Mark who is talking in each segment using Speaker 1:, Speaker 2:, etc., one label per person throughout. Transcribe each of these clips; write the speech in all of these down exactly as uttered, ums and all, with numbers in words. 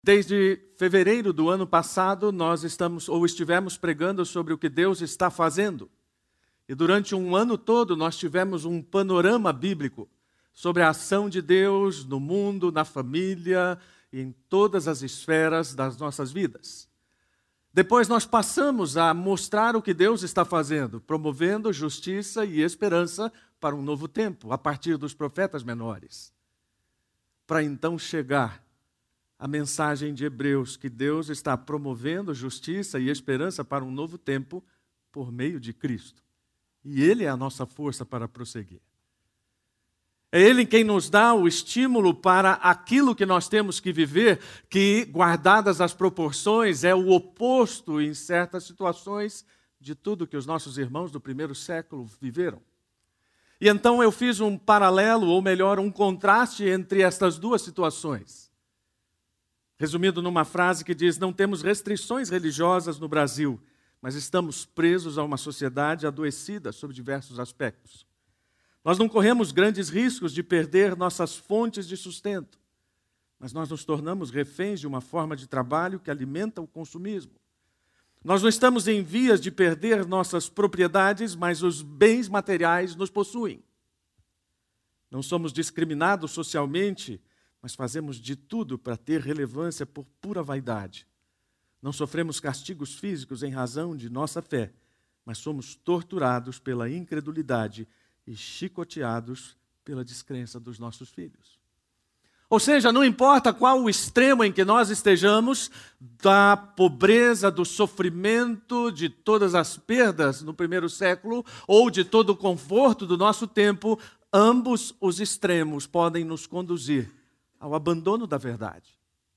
Speaker 1: Desde fevereiro do ano passado, nós estamos ou estivemos pregando sobre o que Deus está fazendo. E durante um ano todo, nós tivemos um panorama bíblico sobre a ação de Deus no mundo, na família e em todas as esferas das nossas vidas. Depois nós passamos a mostrar o que Deus está fazendo, promovendo justiça e esperança para um novo tempo, a partir dos profetas menores. Para então chegar a mensagem de Hebreus, que Deus está promovendo justiça e esperança para um novo tempo por meio de Cristo. E Ele é a nossa força para prosseguir. É Ele quem nos dá o estímulo para aquilo que nós temos que viver, que, guardadas as proporções, é o oposto, em certas situações, de tudo que os nossos irmãos do primeiro século viveram. E então eu fiz um paralelo, ou melhor, um contraste entre estas duas situações. Resumido numa frase que diz: não temos restrições religiosas no Brasil, mas estamos presos a uma sociedade adoecida sob diversos aspectos. Nós não corremos grandes riscos de perder nossas fontes de sustento, mas nós nos tornamos reféns de uma forma de trabalho que alimenta o consumismo. Nós não estamos em vias de perder nossas propriedades, mas os bens materiais nos possuem. Não somos discriminados socialmente, mas fazemos de tudo para ter relevância por pura vaidade. Não sofremos castigos físicos em razão de nossa fé, mas somos torturados pela incredulidade e chicoteados pela descrença dos nossos filhos. Ou seja, não importa qual o extremo em que nós estejamos, da pobreza, do sofrimento, de todas as perdas no primeiro século, ou de todo o conforto do nosso tempo, ambos os extremos podem nos conduzir ao abandono da verdade.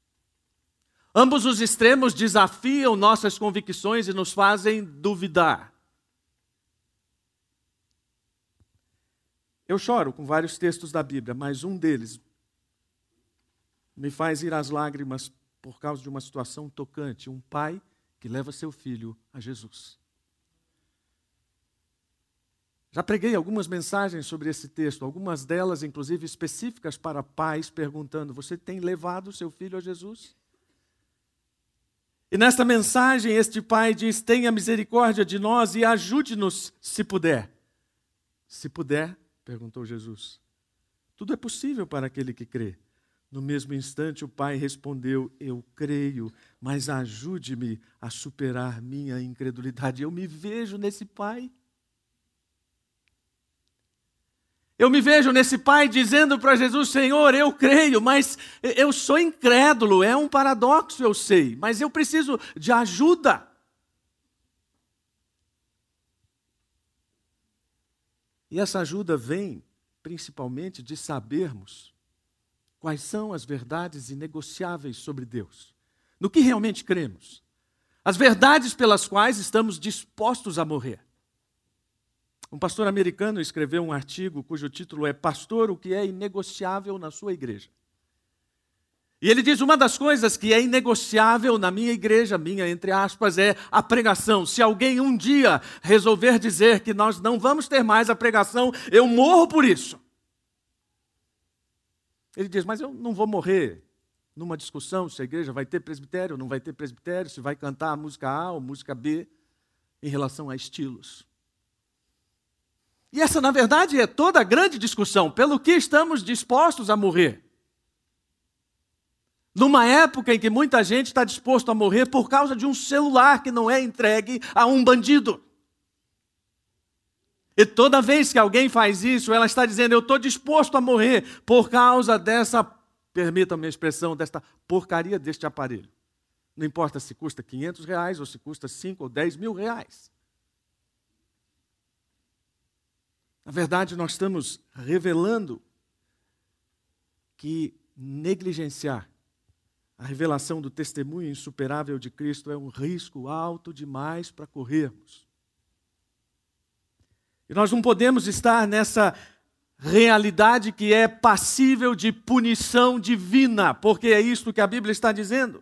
Speaker 1: Ambos os extremos desafiam nossas convicções e nos fazem duvidar. Eu choro com vários textos da Bíblia, mas um deles me faz ir às lágrimas por causa de uma situação tocante. Um pai que leva seu filho a Jesus. Já preguei algumas mensagens sobre esse texto, algumas delas, inclusive, específicas para pais, perguntando: você tem levado seu filho a Jesus? E nesta mensagem, este pai diz: tenha misericórdia de nós e ajude-nos se puder. Se puder, perguntou Jesus. Tudo é possível para aquele que crê. No mesmo instante, o pai respondeu: eu creio, mas ajude-me a superar minha incredulidade. Eu me vejo nesse pai. Eu me vejo nesse pai dizendo para Jesus: Senhor, eu creio, mas eu sou incrédulo. É um paradoxo, eu sei, mas eu preciso de ajuda. E essa ajuda vem principalmente de sabermos quais são as verdades inegociáveis sobre Deus, no que realmente cremos, as verdades pelas quais estamos dispostos a morrer. Um pastor americano escreveu um artigo cujo título é Pastor, o que é inegociável na sua igreja. E ele diz: uma das coisas que é inegociável na minha igreja, minha entre aspas, é a pregação. Se alguém um dia resolver dizer que nós não vamos ter mais a pregação, eu morro por isso. Ele diz: mas eu não vou morrer numa discussão se a igreja vai ter presbitério ou não vai ter presbitério, se vai cantar a música A ou música B, em relação a estilos. E essa, na verdade, é toda a grande discussão, pelo que estamos dispostos a morrer. Numa época em que muita gente está disposto a morrer por causa de um celular que não é entregue a um bandido. E toda vez que alguém faz isso, ela está dizendo: eu estou disposto a morrer por causa dessa, permitam-me a expressão, desta porcaria deste aparelho. Não importa se custa quinhentos reais ou se custa cinco ou dez mil reais. Na verdade, nós estamos revelando que negligenciar a revelação do testemunho insuperável de Cristo é um risco alto demais para corrermos. E nós não podemos estar nessa realidade que é passível de punição divina, porque é isso que a Bíblia está dizendo.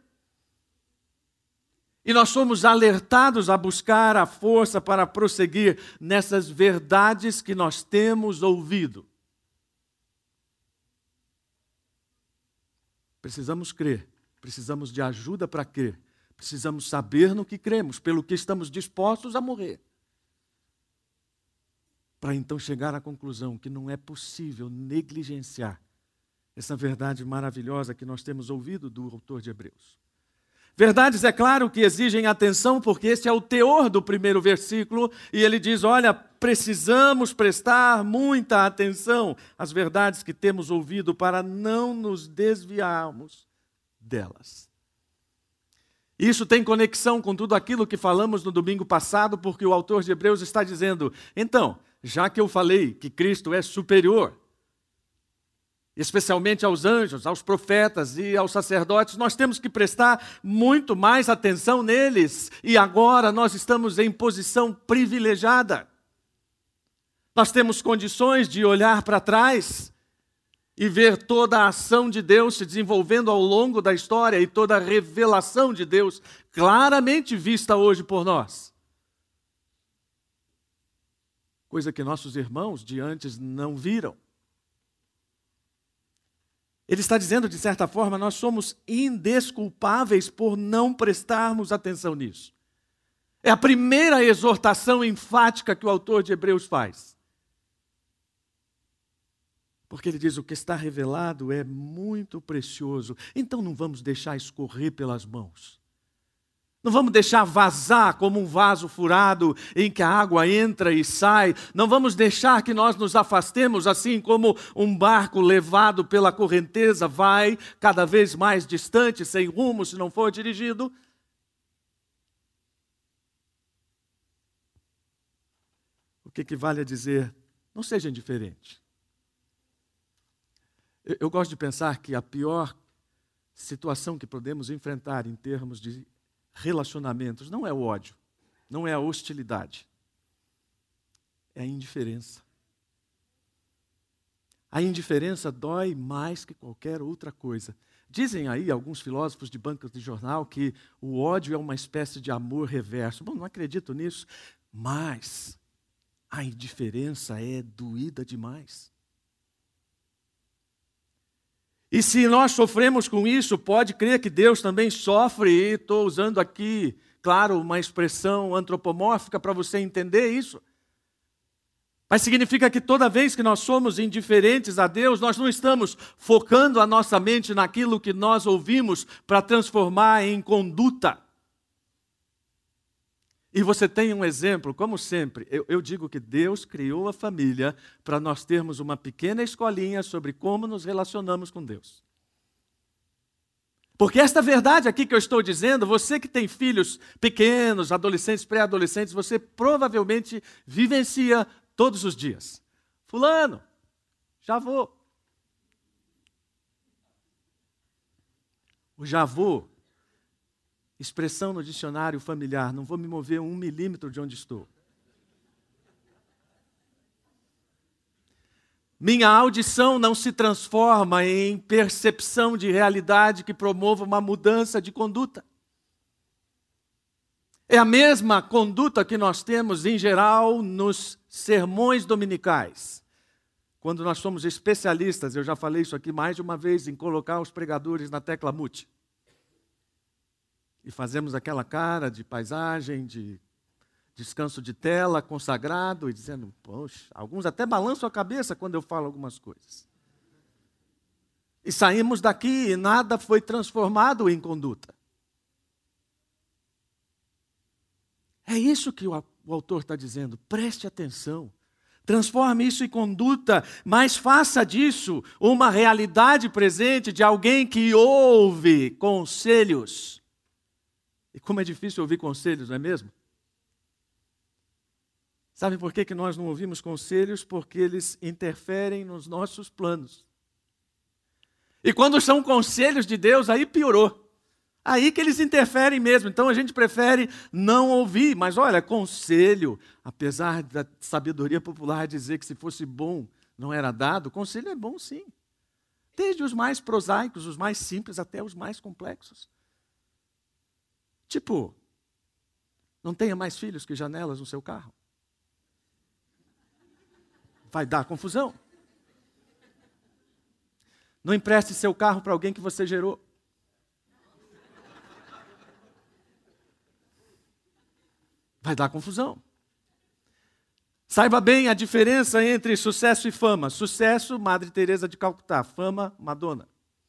Speaker 1: E nós somos alertados a buscar a força para prosseguir nessas verdades que nós temos ouvido. Precisamos crer Precisamos de ajuda para crer. Precisamos saber no que cremos, pelo que estamos dispostos a morrer. Para então chegar à conclusão que não é possível negligenciar essa verdade maravilhosa que nós temos ouvido do autor de Hebreus. Verdades, é claro, que exigem atenção, porque esse é o teor do primeiro versículo, e ele diz, olha, precisamos prestar muita atenção às verdades que temos ouvido para não nos desviarmos delas. Isso tem conexão com tudo aquilo que falamos no domingo passado, porque o autor de Hebreus está dizendo, então, já que eu falei que Cristo é superior, especialmente aos anjos, aos profetas e aos sacerdotes, nós temos que prestar muito mais atenção neles. E agora nós estamos em posição privilegiada. Nós temos condições de olhar para trás e ver toda a ação de Deus se desenvolvendo ao longo da história e toda a revelação de Deus claramente vista hoje por nós. Coisa que nossos irmãos de antes não viram. Ele está dizendo, de certa forma, nós somos indesculpáveis por não prestarmos atenção nisso. É a primeira exortação enfática que o autor de Hebreus faz. Porque ele diz, o que está revelado é muito precioso, então não vamos deixar escorrer pelas mãos. Não vamos deixar vazar como um vaso furado em que a água entra e sai. Não vamos deixar que nós nos afastemos assim como um barco levado pela correnteza vai cada vez mais distante, sem rumo, se não for dirigido. O que equivale a dizer, não seja indiferente. Eu, eu gosto de pensar que a pior situação que podemos enfrentar em termos de relacionamentos não é o ódio, não é a hostilidade, é a indiferença. A indiferença dói mais que qualquer outra coisa. Dizem aí alguns filósofos de bancas de jornal que o ódio é uma espécie de amor reverso. Bom, não acredito nisso, mas a indiferença é doída demais. E se nós sofremos com isso, pode crer que Deus também sofre, e estou usando aqui, claro, uma expressão antropomórfica para você entender isso. Mas significa que toda vez que nós somos indiferentes a Deus, nós não estamos focando a nossa mente naquilo que nós ouvimos para transformar em conduta. E você tem um exemplo, como sempre, eu, eu digo que Deus criou a família para nós termos uma pequena escolinha sobre como nos relacionamos com Deus. Porque esta verdade aqui que eu estou dizendo, você que tem filhos pequenos, adolescentes, pré-adolescentes, você provavelmente vivencia todos os dias. Fulano, já vou. O já vou. Expressão no dicionário familiar, não vou me mover um milímetro de onde estou. Minha audição não se transforma em percepção de realidade que promova uma mudança de conduta. É a mesma conduta que nós temos, em geral, nos sermões dominicais. Quando nós somos especialistas, eu já falei isso aqui mais de uma vez, em colocar os pregadores na tecla mute. E fazemos aquela cara de paisagem, de descanso de tela, consagrado, e dizendo, poxa, alguns até balançam a cabeça quando eu falo algumas coisas. E saímos daqui e nada foi transformado em conduta. É isso que o, o autor está dizendo, preste atenção. Transforme isso em conduta, mas faça disso uma realidade presente de alguém que ouve conselhos. E como é difícil ouvir conselhos, não é mesmo? Sabe por que que nós não ouvimos conselhos? Porque eles interferem nos nossos planos. E quando são conselhos de Deus, aí piorou. Aí que eles interferem mesmo. Então a gente prefere não ouvir. Mas olha, conselho, apesar da sabedoria popular dizer que se fosse bom não era dado, conselho é bom sim. Desde os mais prosaicos, os mais simples, até os mais complexos. Tipo, não tenha mais filhos que janelas no seu carro. Vai dar confusão. Não empreste seu carro para alguém que você gerou. Vai dar confusão. Saiba bem a diferença entre sucesso e fama. Sucesso, Madre Teresa de Calcutá. Fama, Madonna.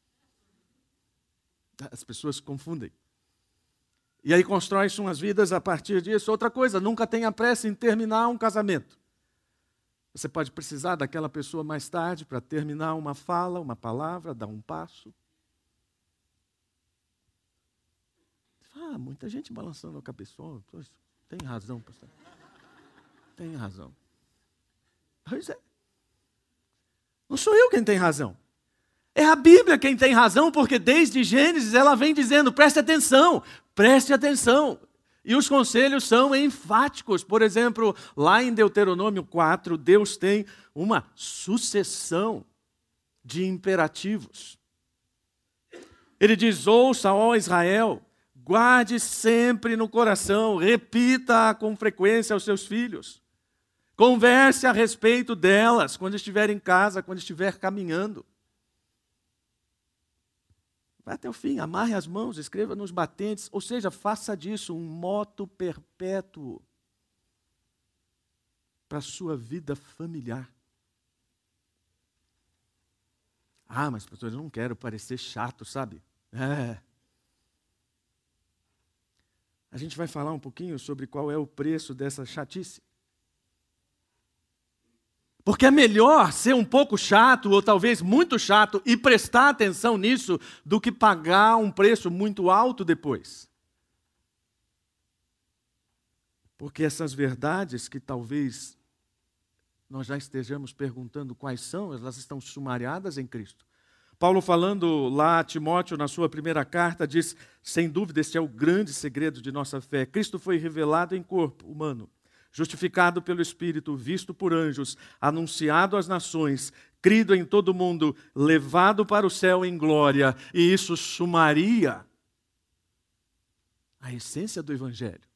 Speaker 1: As pessoas confundem. E aí constrói-se umas vidas a partir disso. Outra coisa, nunca tenha pressa em terminar um casamento. Você pode precisar daquela pessoa mais tarde para terminar uma fala, uma palavra, dar um passo. Ah, muita gente balançando a cabeçona. Tem razão, pastor. Tem razão. Pois é. Não sou eu quem tem razão. É a Bíblia quem tem razão, porque desde Gênesis ela vem dizendo, preste atenção, preste atenção. E os conselhos são enfáticos. Por exemplo, lá em Deuteronômio quatro, Deus tem uma sucessão de imperativos. Ele diz, ouça, ó Israel, guarde sempre no coração, repita com frequência aos seus filhos. Converse a respeito delas quando estiver em casa, quando estiver caminhando. Vai até o fim, amarre as mãos, escreva nos batentes, ou seja, faça disso um moto perpétuo para a sua vida familiar. Ah, mas pastor, eu não quero parecer chato, sabe? É. A gente vai falar um pouquinho sobre qual é o preço dessa chatice. Porque é melhor ser um pouco chato, ou talvez muito chato, e prestar atenção nisso, do que pagar um preço muito alto depois. Porque essas verdades que talvez nós já estejamos perguntando quais são, elas estão sumariadas em Cristo. Paulo, falando lá a Timóteo, na sua primeira carta, diz, sem dúvida, este é o grande segredo de nossa fé. Cristo foi revelado em corpo humano, justificado pelo Espírito, visto por anjos, anunciado às nações, crido em todo mundo, levado para o céu em glória. E isso sumaria a essência do Evangelho.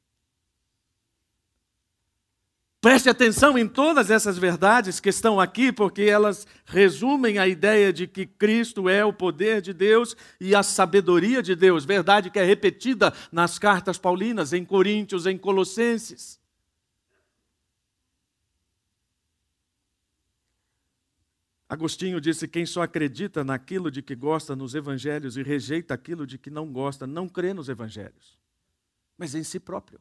Speaker 1: Preste atenção em todas essas verdades que estão aqui, porque elas resumem a ideia de que Cristo é o poder de Deus e a sabedoria de Deus. Verdade que é repetida nas cartas paulinas, em Coríntios, em Colossenses. Agostinho disse, quem só acredita naquilo de que gosta nos evangelhos e rejeita aquilo de que não gosta, não crê nos evangelhos, mas em si próprio.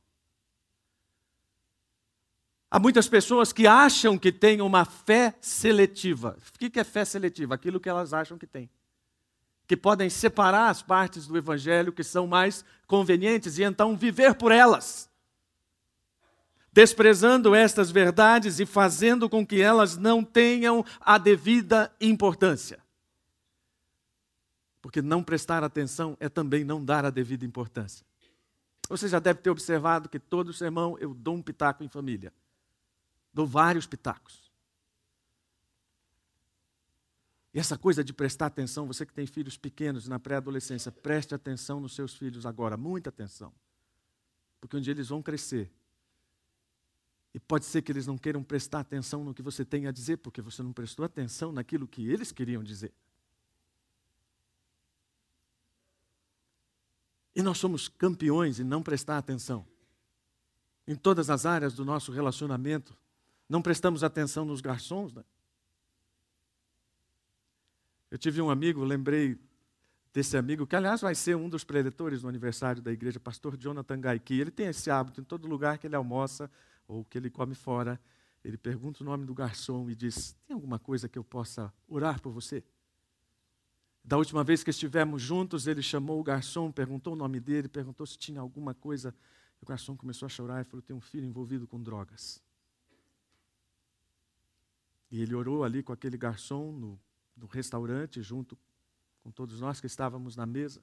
Speaker 1: Há muitas pessoas que acham que têm uma fé seletiva. O que é fé seletiva? Aquilo que elas acham que têm. Que podem separar as partes do evangelho que são mais convenientes e então viver por elas. Desprezando estas verdades e fazendo com que elas não tenham a devida importância. Porque não prestar atenção é também não dar a devida importância. Você já deve ter observado que todo sermão eu dou um pitaco em família. Dou vários pitacos. E essa coisa de prestar atenção, você que tem filhos pequenos na pré-adolescência, preste atenção nos seus filhos agora, muita atenção. Porque um dia eles vão crescer. E pode ser que eles não queiram prestar atenção no que você tem a dizer, porque você não prestou atenção naquilo que eles queriam dizer. E nós somos campeões em não prestar atenção. Em todas as áreas do nosso relacionamento. Não prestamos atenção nos garçons, né? Eu tive um amigo, lembrei desse amigo, que aliás vai ser um dos preletores no aniversário da igreja, pastor Jonathan Gaiki. Ele tem esse hábito, em todo lugar que ele almoça, ou que ele come fora, ele pergunta o nome do garçom e diz, tem alguma coisa que eu possa orar por você? Da última vez que estivemos juntos, ele chamou o garçom, perguntou o nome dele, perguntou se tinha alguma coisa. O garçom começou a chorar e falou, tem um filho envolvido com drogas. E ele orou ali com aquele garçom no, no restaurante, junto com todos nós que estávamos na mesa.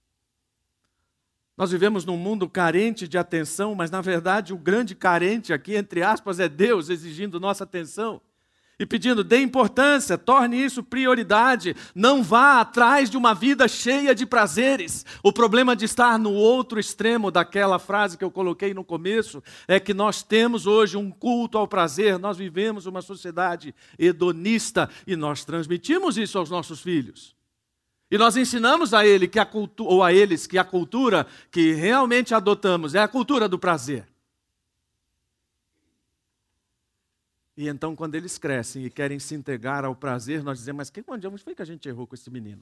Speaker 1: Nós vivemos num mundo carente de atenção, mas na verdade o grande carente aqui, entre aspas, é Deus exigindo nossa atenção. E pedindo, dê importância, torne isso prioridade. Não vá atrás de uma vida cheia de prazeres. O problema de estar no outro extremo daquela frase que eu coloquei no começo é que nós temos hoje um culto ao prazer. Nós vivemos uma sociedade hedonista e nós transmitimos isso aos nossos filhos. E nós ensinamos a ele que a cultu- ou a eles que a cultura que realmente adotamos é a cultura do prazer. E então, quando eles crescem e querem se entregar ao prazer, nós dizemos, mas que, onde foi que a gente errou com esse menino?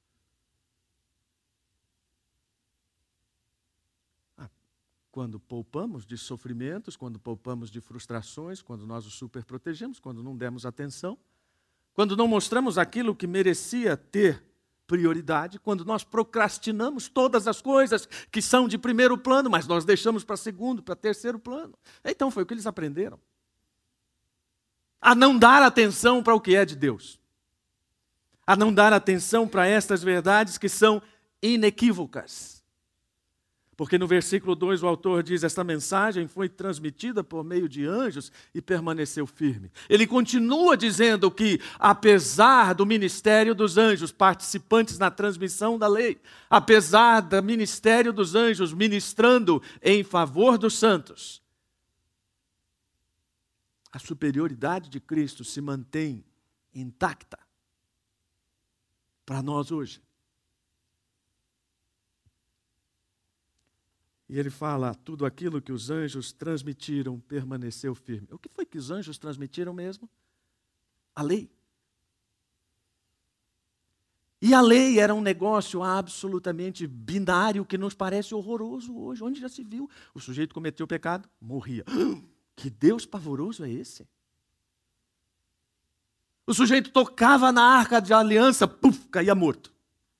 Speaker 1: Ah, quando poupamos de sofrimentos, quando poupamos de frustrações, quando nós o superprotegemos, quando não demos atenção, quando não mostramos aquilo que merecia ter prioridade, quando nós procrastinamos todas as coisas que são de primeiro plano, mas nós deixamos para segundo, para terceiro plano. Então foi o que eles aprenderam. A não dar atenção para o que é de Deus. A não dar atenção para estas verdades que são inequívocas. Porque no versículo dois o autor diz, esta mensagem foi transmitida por meio de anjos e permaneceu firme. Ele continua dizendo que, apesar do ministério dos anjos participantes na transmissão da lei, apesar do ministério dos anjos ministrando em favor dos santos, a superioridade de Cristo se mantém intacta para nós hoje. E ele fala, tudo aquilo que os anjos transmitiram permaneceu firme. O que foi que os anjos transmitiram mesmo? A lei. E a lei era um negócio absolutamente binário que nos parece horroroso hoje. Onde já se viu? O sujeito cometeu o pecado, morria. Que Deus pavoroso é esse? O sujeito tocava na arca de aliança, puf, caía morto.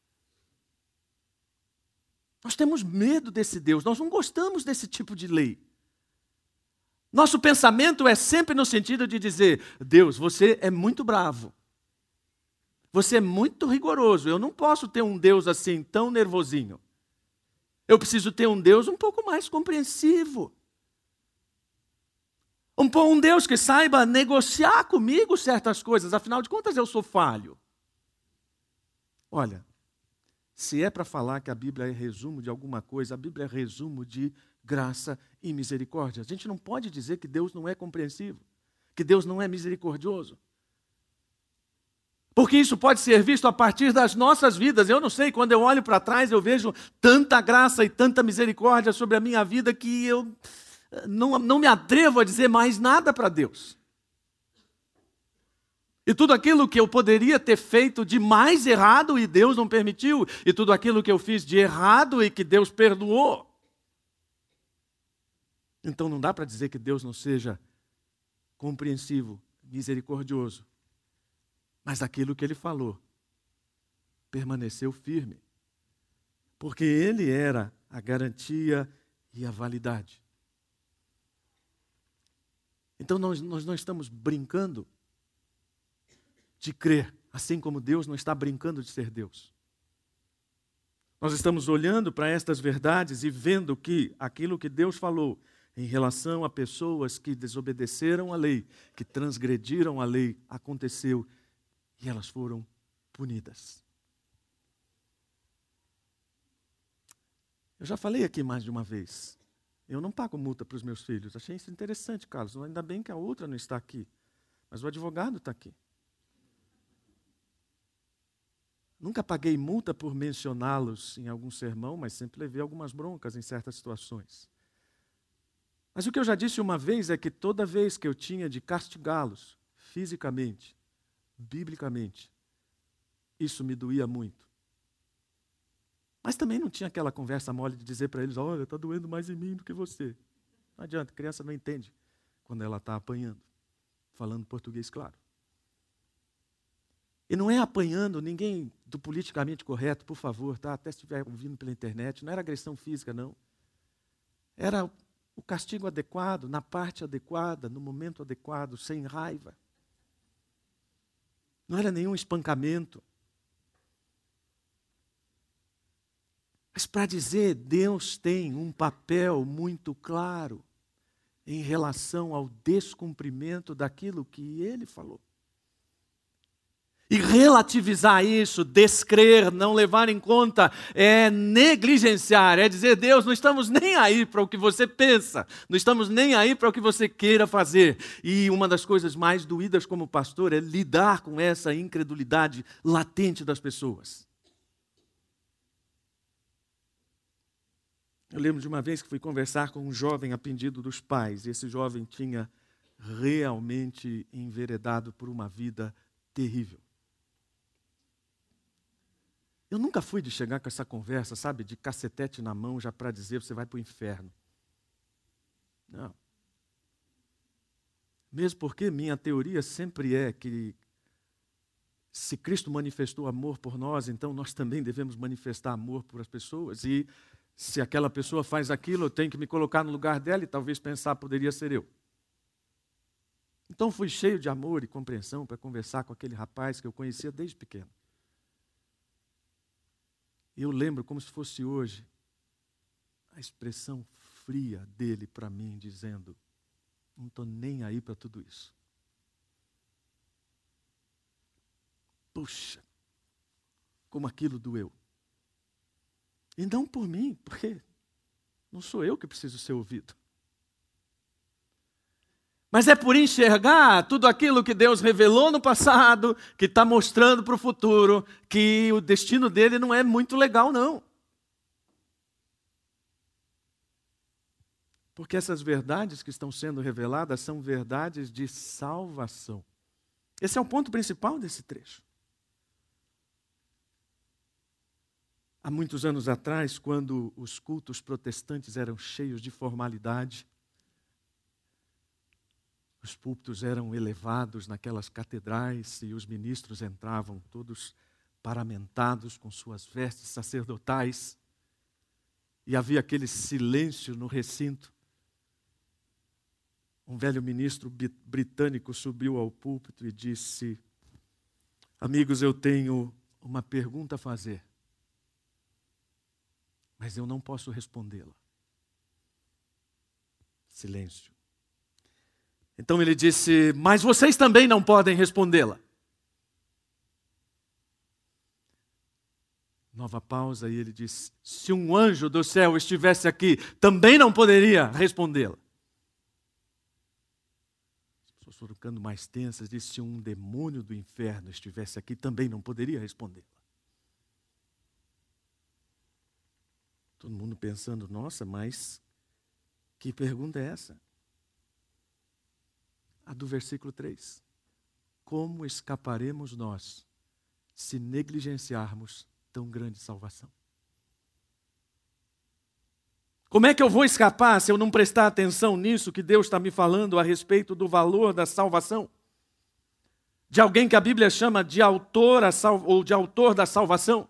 Speaker 1: Nós temos medo desse Deus, nós não gostamos desse tipo de lei. Nosso pensamento é sempre no sentido de dizer, Deus, você é muito bravo. Você é muito rigoroso, eu não posso ter um Deus assim, tão nervosinho. Eu preciso ter um Deus um pouco mais compreensivo. Um, um Deus que saiba negociar comigo certas coisas, afinal de contas eu sou falho. Olha, se é para falar que a Bíblia é resumo de alguma coisa, a Bíblia é resumo de graça e misericórdia. A gente não pode dizer que Deus não é compreensivo, que Deus não é misericordioso. Porque isso pode ser visto a partir das nossas vidas. Eu não sei, quando eu olho para trás, eu vejo tanta graça e tanta misericórdia sobre a minha vida que eu não, não me atrevo a dizer mais nada para Deus. E tudo aquilo que eu poderia ter feito de mais errado e Deus não permitiu, e tudo aquilo que eu fiz de errado e que Deus perdoou. Então não dá para dizer que Deus não seja compreensivo, misericordioso. Mas aquilo que ele falou permaneceu firme. Porque ele era a garantia e a validade. Então nós, nós não estamos brincando de crer, assim como Deus não está brincando de ser Deus. Nós estamos olhando para estas verdades e vendo que aquilo que Deus falou em relação a pessoas que desobedeceram a lei, que transgrediram a lei, aconteceu e elas foram punidas. Eu já falei aqui mais de uma vez, eu não pago multa para os meus filhos. Achei isso interessante, Carlos, ainda bem que a outra não está aqui, mas o advogado está aqui. Nunca paguei multa por mencioná-los em algum sermão, mas sempre levei algumas broncas em certas situações. Mas o que eu já disse uma vez é que toda vez que eu tinha de castigá-los, fisicamente, biblicamente, isso me doía muito. Mas também não tinha aquela conversa mole de dizer para eles, olha, está doendo mais em mim do que você. Não adianta, a criança não entende quando ela está apanhando, falando português claro. E não é apanhando ninguém do politicamente correto, por favor, tá? Até se estiver ouvindo pela internet, não era agressão física, não. Era o castigo adequado, na parte adequada, no momento adequado, sem raiva. Não era nenhum espancamento. Mas para dizer, Deus tem um papel muito claro em relação ao descumprimento daquilo que Ele falou. E relativizar isso, descrer, não levar em conta, é negligenciar, é dizer, Deus, não estamos nem aí para o que você pensa, não estamos nem aí para o que você queira fazer. E uma das coisas mais doídas como pastor é lidar com essa incredulidade latente das pessoas. Eu lembro de uma vez que fui conversar com um jovem a pedido dos pais, e esse jovem tinha realmente enveredado por uma vida terrível. Eu nunca fui de chegar com essa conversa, sabe, de cacetete na mão já para dizer você vai para o inferno. Não. Mesmo porque minha teoria sempre é que se Cristo manifestou amor por nós, então nós também devemos manifestar amor por as pessoas. E se aquela pessoa faz aquilo, eu tenho que me colocar no lugar dela e talvez pensar, poderia ser eu. Então fui cheio de amor e compreensão para conversar com aquele rapaz que eu conhecia desde pequeno. Eu lembro como se fosse hoje a expressão fria dele para mim, dizendo, não estou nem aí para tudo isso. Puxa, como aquilo doeu. E não por mim, porque não sou eu que preciso ser ouvido. Mas é por enxergar tudo aquilo que Deus revelou no passado, que está mostrando para o futuro, que o destino dele não é muito legal, não. Porque essas verdades que estão sendo reveladas são verdades de salvação. Esse é o ponto principal desse trecho. Há muitos anos atrás, quando os cultos protestantes eram cheios de formalidade, os púlpitos eram elevados naquelas catedrais e os ministros entravam todos paramentados com suas vestes sacerdotais. E havia aquele silêncio no recinto. Um velho ministro britânico subiu ao púlpito e disse, amigos, eu tenho uma pergunta a fazer, mas eu não posso respondê-la. Silêncio. Então ele disse, mas vocês também não podem respondê-la. Nova pausa e ele disse, se um anjo do céu estivesse aqui, também não poderia respondê-la. As pessoas foram ficando mais tensas, disse, se um demônio do inferno estivesse aqui, também não poderia respondê-la. Todo mundo pensando, nossa, mas que pergunta é essa? A do versículo três. Como escaparemos nós se negligenciarmos tão grande salvação? Como é que eu vou escapar se eu não prestar atenção nisso que Deus está me falando a respeito do valor da salvação? De alguém que a Bíblia chama de autor ou de autor da salvação?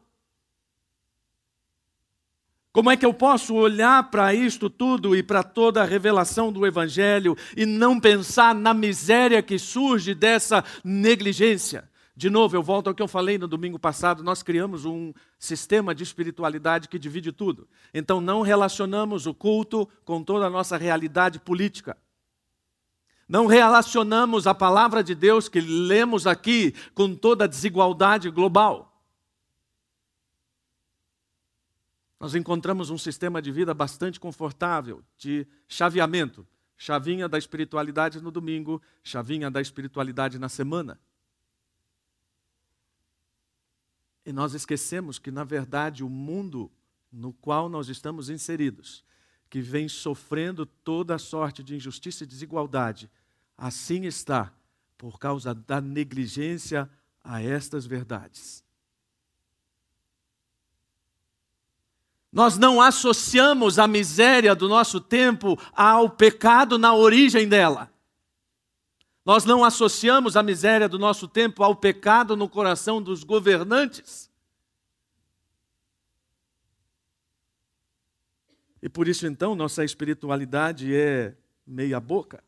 Speaker 1: Como é que eu posso olhar para isto tudo e para toda a revelação do Evangelho e não pensar na miséria que surge dessa negligência? De novo, eu volto ao que eu falei no domingo passado, nós criamos um sistema de espiritualidade que divide tudo. Então não relacionamos o culto com toda a nossa realidade política. Não relacionamos a palavra de Deus que lemos aqui com toda a desigualdade global. Nós encontramos um sistema de vida bastante confortável, de chaveamento. Chavinha da espiritualidade no domingo, chavinha da espiritualidade na semana. E nós esquecemos que, na verdade, o mundo no qual nós estamos inseridos, que vem sofrendo toda a sorte de injustiça e desigualdade, assim está por causa da negligência a estas verdades. Nós não associamos a miséria do nosso tempo ao pecado na origem dela. Nós não associamos a miséria do nosso tempo ao pecado no coração dos governantes. E por isso, então, nossa espiritualidade é meia boca.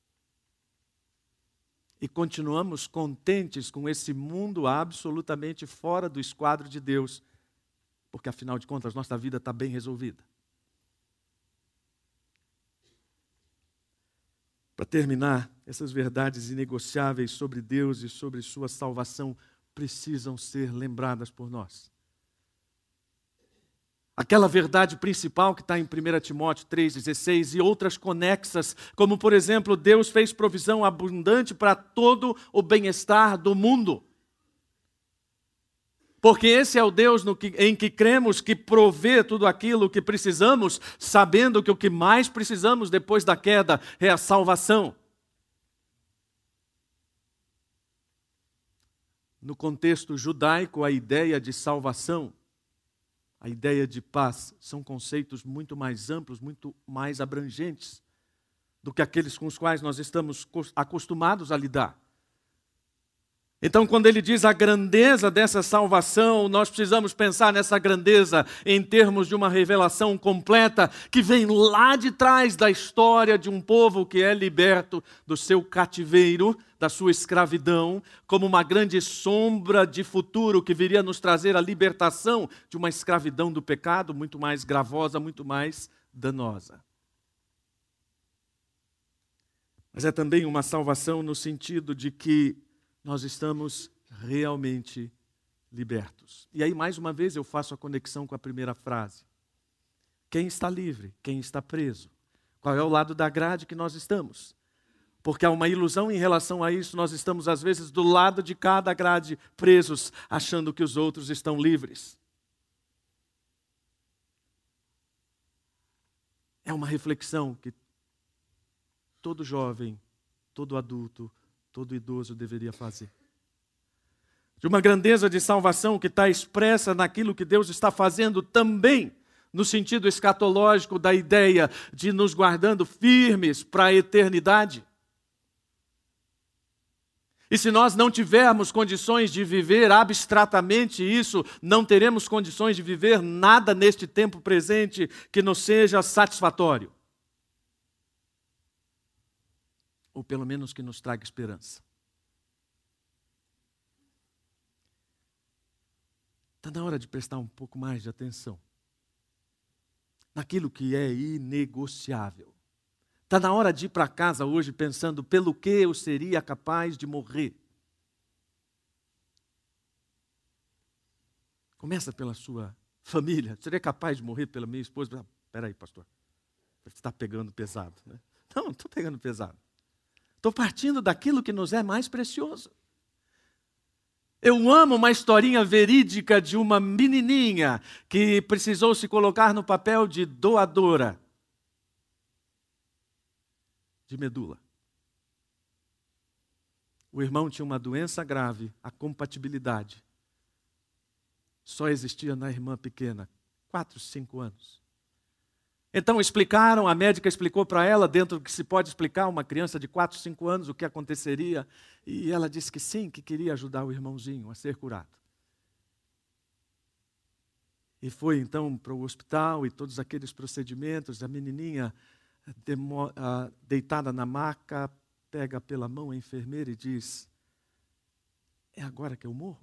Speaker 1: E continuamos contentes com esse mundo absolutamente fora do esquadro de Deus, porque, afinal de contas, nossa vida está bem resolvida. Para terminar, essas verdades inegociáveis sobre Deus e sobre sua salvação precisam ser lembradas por nós. Aquela verdade principal que está em primeira Timóteo três, dezesseis e outras conexas, como, por exemplo, Deus fez provisão abundante para todo o bem-estar do mundo. Porque esse é o Deus no que, em que cremos, que provê tudo aquilo que precisamos, sabendo que o que mais precisamos depois da queda é a salvação. No contexto judaico, a ideia de salvação, a ideia de paz, são conceitos muito mais amplos, muito mais abrangentes do que aqueles com os quais nós estamos acostumados a lidar. Então, quando ele diz a grandeza dessa salvação, nós precisamos pensar nessa grandeza em termos de uma revelação completa que vem lá de trás da história de um povo que é liberto do seu cativeiro, da sua escravidão, como uma grande sombra de futuro que viria nos trazer a libertação de uma escravidão do pecado muito mais gravosa, muito mais danosa. Mas é também uma salvação no sentido de que nós estamos realmente libertos. E aí, mais uma vez, eu faço a conexão com a primeira frase. Quem está livre? Quem está preso? Qual é o lado da grade que nós estamos? Porque há uma ilusão em relação a isso. Nós estamos, às vezes, do lado de cada grade, presos, achando que os outros estão livres. É uma reflexão que todo jovem, todo adulto, todo idoso deveria fazer. De uma grandeza de salvação que está expressa naquilo que Deus está fazendo também, no sentido escatológico da ideia de nos guardando firmes para a eternidade. E se nós não tivermos condições de viver abstratamente isso, não teremos condições de viver nada neste tempo presente que nos seja satisfatório. Ou pelo menos que nos traga esperança. Está na hora de prestar um pouco mais de atenção naquilo que é inegociável. Está na hora de ir para casa hoje pensando pelo que eu seria capaz de morrer. Começa pela sua família. Seria capaz de morrer pela minha esposa? Espera aí, pastor. Você está pegando pesado, né? Não, não estou pegando pesado. Estou partindo daquilo que nos é mais precioso. Eu amo uma historinha verídica de uma menininha que precisou se colocar no papel de doadora de medula. O irmão tinha uma doença grave, a compatibilidade só existia na irmã pequena, quatro, cinco anos. Então explicaram, a médica explicou para ela, dentro do que se pode explicar uma criança de quatro, cinco anos, o que aconteceria. E ela disse que sim, que queria ajudar o irmãozinho a ser curado. E foi então para o hospital e todos aqueles procedimentos, a menininha demo, uh, deitada na maca, pega pela mão a enfermeira e diz, é agora que eu morro?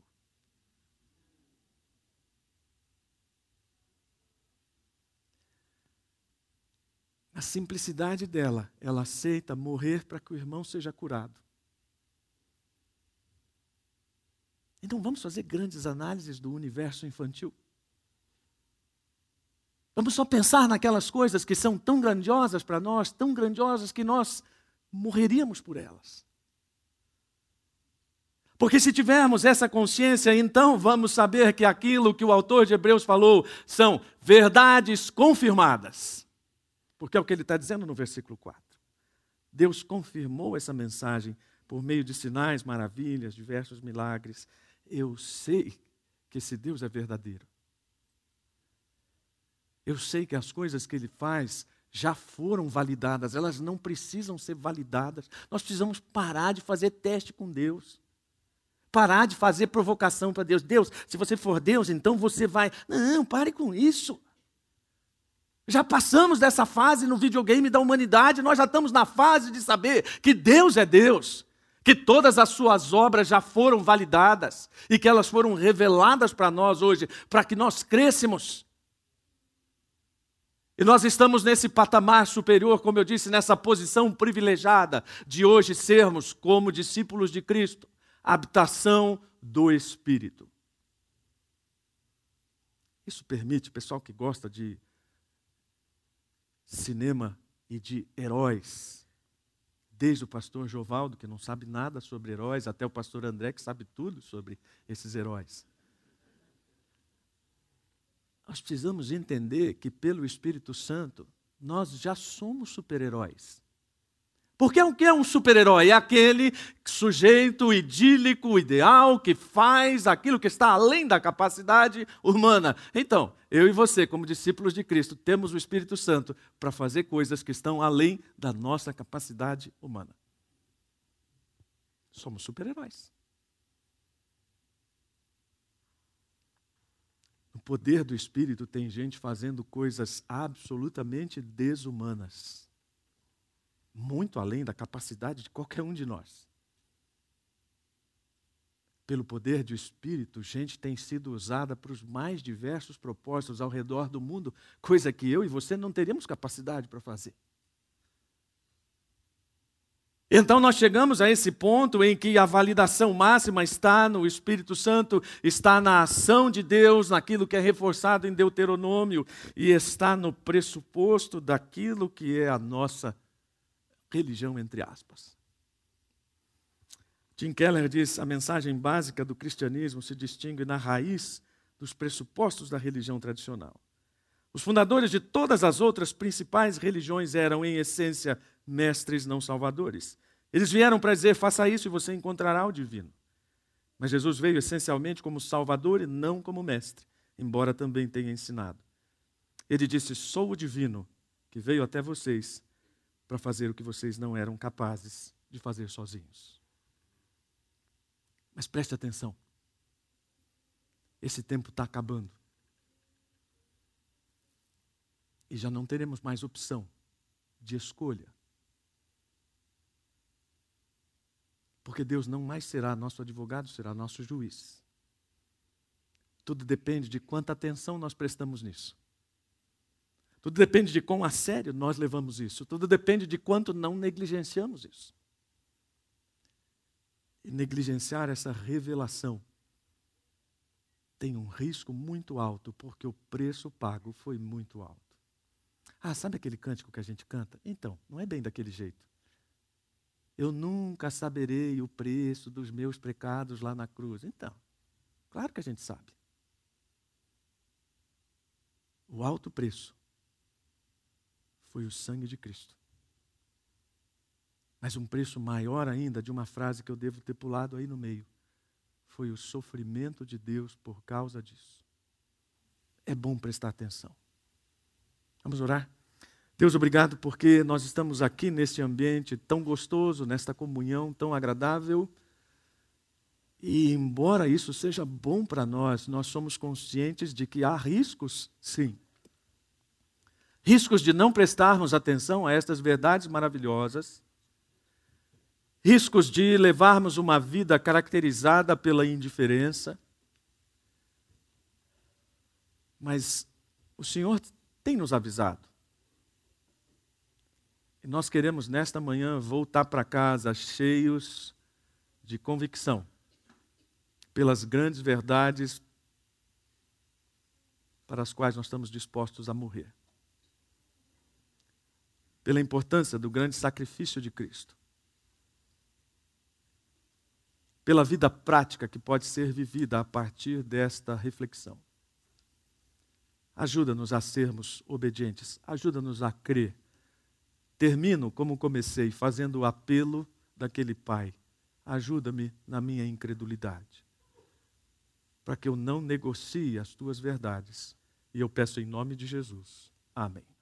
Speaker 1: Na simplicidade dela, ela aceita morrer para que o irmão seja curado. Então vamos fazer grandes análises do universo infantil. Vamos só pensar naquelas coisas que são tão grandiosas para nós, tão grandiosas que nós morreríamos por elas. Porque se tivermos essa consciência, então vamos saber que aquilo que o autor de Hebreus falou são verdades confirmadas. Porque é o que ele está dizendo no versículo quatro. Deus confirmou essa mensagem por meio de sinais, maravilhas, diversos milagres. Eu sei que esse Deus é verdadeiro. Eu sei que as coisas que Ele faz já foram validadas, elas não precisam ser validadas. Nós precisamos parar de fazer teste com Deus. Parar de fazer provocação para Deus. Deus, se você for Deus, então você vai... Não, pare com isso. Já passamos dessa fase no videogame da humanidade, nós já estamos na fase de saber que Deus é Deus, que todas as suas obras já foram validadas e que elas foram reveladas para nós hoje, para que nós crescêssemos. E nós estamos nesse patamar superior, como eu disse, nessa posição privilegiada de hoje sermos como discípulos de Cristo, habitação do Espírito. Isso permite, pessoal que gosta de cinema e de heróis, desde o pastor Jovaldo, que não sabe nada sobre heróis, até o pastor André, que sabe tudo sobre esses heróis. Nós precisamos entender que pelo Espírito Santo, nós já somos super-heróis. Porque o que é um super-herói? É aquele sujeito idílico, ideal, que faz aquilo que está além da capacidade humana. Então, eu e você, como discípulos de Cristo, temos o Espírito Santo para fazer coisas que estão além da nossa capacidade humana. Somos super-heróis. No poder do Espírito tem gente fazendo coisas absolutamente desumanas. Muito além da capacidade de qualquer um de nós. Pelo poder do Espírito, gente tem sido usada para os mais diversos propósitos ao redor do mundo, coisa que eu e você não teríamos capacidade para fazer. Então nós chegamos a esse ponto em que a validação máxima está no Espírito Santo, está na ação de Deus, naquilo que é reforçado em Deuteronômio, e está no pressuposto daquilo que é a nossa religião, entre aspas. Tim Keller diz: a mensagem básica do cristianismo se distingue na raiz dos pressupostos da religião tradicional. Os fundadores de todas as outras principais religiões eram, em essência, mestres não salvadores. Eles vieram para dizer: faça isso e você encontrará o divino. Mas Jesus veio essencialmente como salvador e não como mestre, embora também tenha ensinado. Ele disse: sou o divino que veio até vocês para fazer o que vocês não eram capazes de fazer sozinhos. Mas preste atenção. Esse tempo está acabando. E já não teremos mais opção de escolha. Porque Deus não mais será nosso advogado, será nosso juiz. Tudo depende de quanta atenção nós prestamos nisso. Tudo depende de quão a sério nós levamos isso. Tudo depende de quanto não negligenciamos isso. E negligenciar essa revelação tem um risco muito alto, porque o preço pago foi muito alto. Ah, sabe aquele cântico que a gente canta? Então, não é bem daquele jeito. Eu nunca saberei o preço dos meus pecados lá na cruz. Então, claro que a gente sabe. O alto preço foi o sangue de Cristo. Mas um preço maior ainda, de uma frase que eu devo ter pulado aí no meio, foi o sofrimento de Deus por causa disso. É bom prestar atenção. Vamos orar? Deus, obrigado porque nós estamos aqui neste ambiente tão gostoso, nesta comunhão tão agradável. E embora isso seja bom para nós, nós somos conscientes de que há riscos, sim. Riscos de não prestarmos atenção a estas verdades maravilhosas. Riscos de levarmos uma vida caracterizada pela indiferença. Mas o Senhor tem nos avisado. E nós queremos, nesta manhã, voltar para casa cheios de convicção pelas grandes verdades para as quais nós estamos dispostos a morrer. Pela importância do grande sacrifício de Cristo. Pela vida prática que pode ser vivida a partir desta reflexão. Ajuda-nos a sermos obedientes, ajuda-nos a crer. Termino como comecei, fazendo o apelo daquele pai. Ajuda-me na minha incredulidade, para que eu não negocie as tuas verdades. E eu peço em nome de Jesus. Amém.